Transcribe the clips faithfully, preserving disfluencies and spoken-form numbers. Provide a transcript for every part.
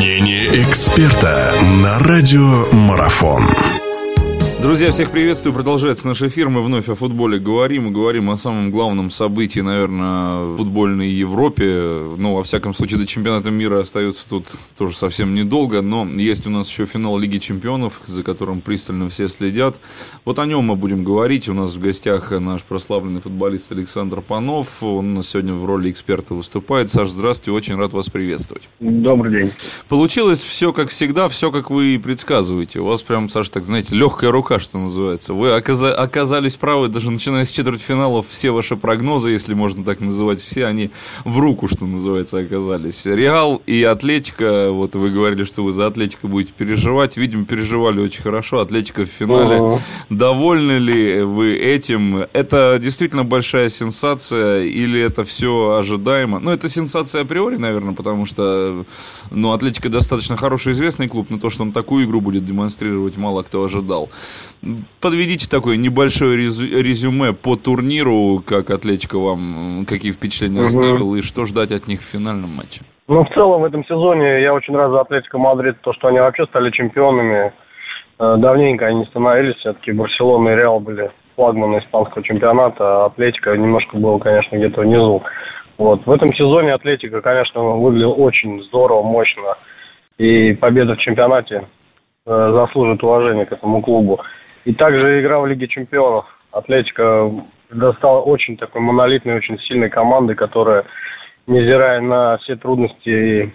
Мнение эксперта на радио Марафон. Друзья, всех приветствую. Продолжается наш эфир. Мы вновь о футболе говорим. И говорим о самом главном событии, наверное, в футбольной Европе. Ну, во всяком случае, до чемпионата мира остается тут тоже совсем недолго. Но есть у нас еще финал Лиги Чемпионов, за которым пристально все следят. Вот о нем мы будем говорить. У нас в гостях наш прославленный футболист Александр Панов. Он у нас сегодня в роли эксперта выступает. Саш, здравствуйте. Очень рад вас приветствовать. Добрый день. Получилось все как всегда, все как вы и предсказываете. У вас прям, Саш, так знаете, легкая рука, что называется. Вы оказа- оказались правы, даже начиная с четвертьфиналов, все ваши прогнозы, если можно так называть, все они в руку, что называется, оказались. Реал и Атлетико, вот вы говорили, что вы за Атлетико будете переживать, видимо, переживали очень хорошо. Атлетико в финале. Uh-huh. Довольны ли вы этим? Это действительно большая сенсация или это все ожидаемо? Ну, это сенсация априори, наверное, потому что, ну, Атлетико достаточно хороший известный клуб, но то, что он такую игру будет демонстрировать, мало кто ожидал. Подведите такое небольшое резюме по турниру, как Атлетико вам, какие впечатления оставил, угу. и что ждать от них в финальном матче? Ну, в целом, в этом сезоне я очень рад за Атлетико Мадрид, то, что они вообще стали чемпионами. Давненько они не становились, все-таки Барселона и Реал были флагманы испанского чемпионата, а Атлетико немножко был, конечно, где-то внизу. Вот. В этом сезоне Атлетико, конечно, выглядел очень здорово, мощно, и победа в чемпионате заслужит уважения к этому клубу. И также игра в Лиге Чемпионов. Атлетико достала очень такой монолитной, очень сильной командой, которая, невзирая на все трудности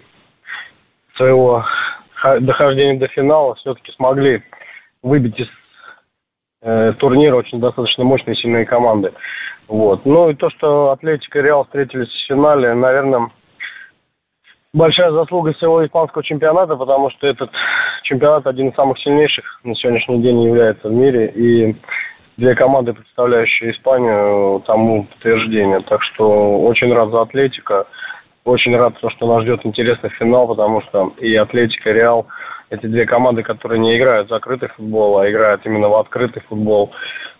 своего дохождения до финала, все-таки смогли выбить из э, турнира очень достаточно мощные и сильные команды. Вот. Ну и то, что Атлетико и Реал встретились в финале, наверное, большая заслуга всего испанского чемпионата, потому что этот чемпионат один из самых сильнейших на сегодняшний день является в мире. И две команды, представляющие Испанию, тому подтверждение. Так что очень рад за Атлетико. Очень рад, что нас ждет интересный финал, потому что и Атлетико, и Реал – эти две команды, которые не играют в закрытый футбол, а играют именно в открытый футбол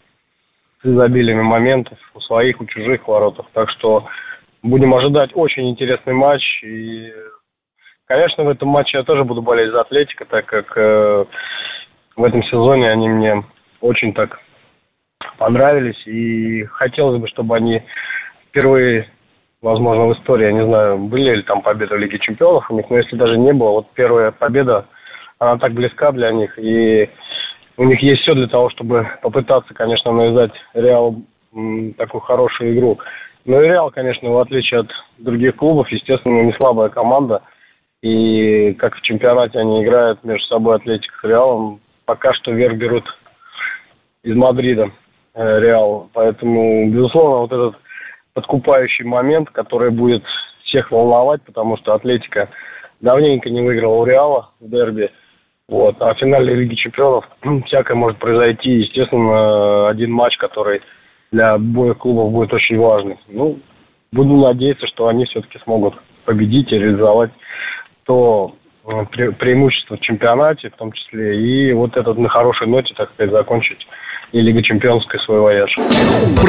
с изобилием моментов у своих, у чужих воротах. Так что будем ожидать очень интересный матч. И, конечно, в этом матче я тоже буду болеть за Атлетико, так как э, в этом сезоне они мне очень так понравились. И хотелось бы, чтобы они впервые, возможно, в истории, я не знаю, были ли там победы в Лиге Чемпионов у них, но если даже не было, вот первая победа, она так близка для них. И у них есть все для того, чтобы попытаться, конечно, навязать Реалу м, такую хорошую игру. Ну и Реал, конечно, в отличие от других клубов, естественно, не слабая команда. И как в чемпионате они играют между собой, Атлетико с Реалом, пока что вверх берут из Мадрида э, Реал. Поэтому, безусловно, вот этот подкупающий момент, который будет всех волновать, потому что Атлетико давненько не выиграл у Реала в дерби. Вот. А в финале Лиги Чемпионов всякое может произойти. Естественно, один матч, который для обоих клубов будет очень важный. Ну, буду надеяться, что они все-таки смогут победить и реализовать то пре- преимущество в чемпионате, в том числе, и вот этот на хорошей ноте, так сказать, закончить и Лига Чемпионская свой вояж.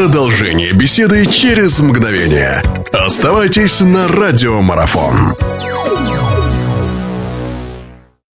Продолжение беседы через мгновение. Оставайтесь на радио Марафон.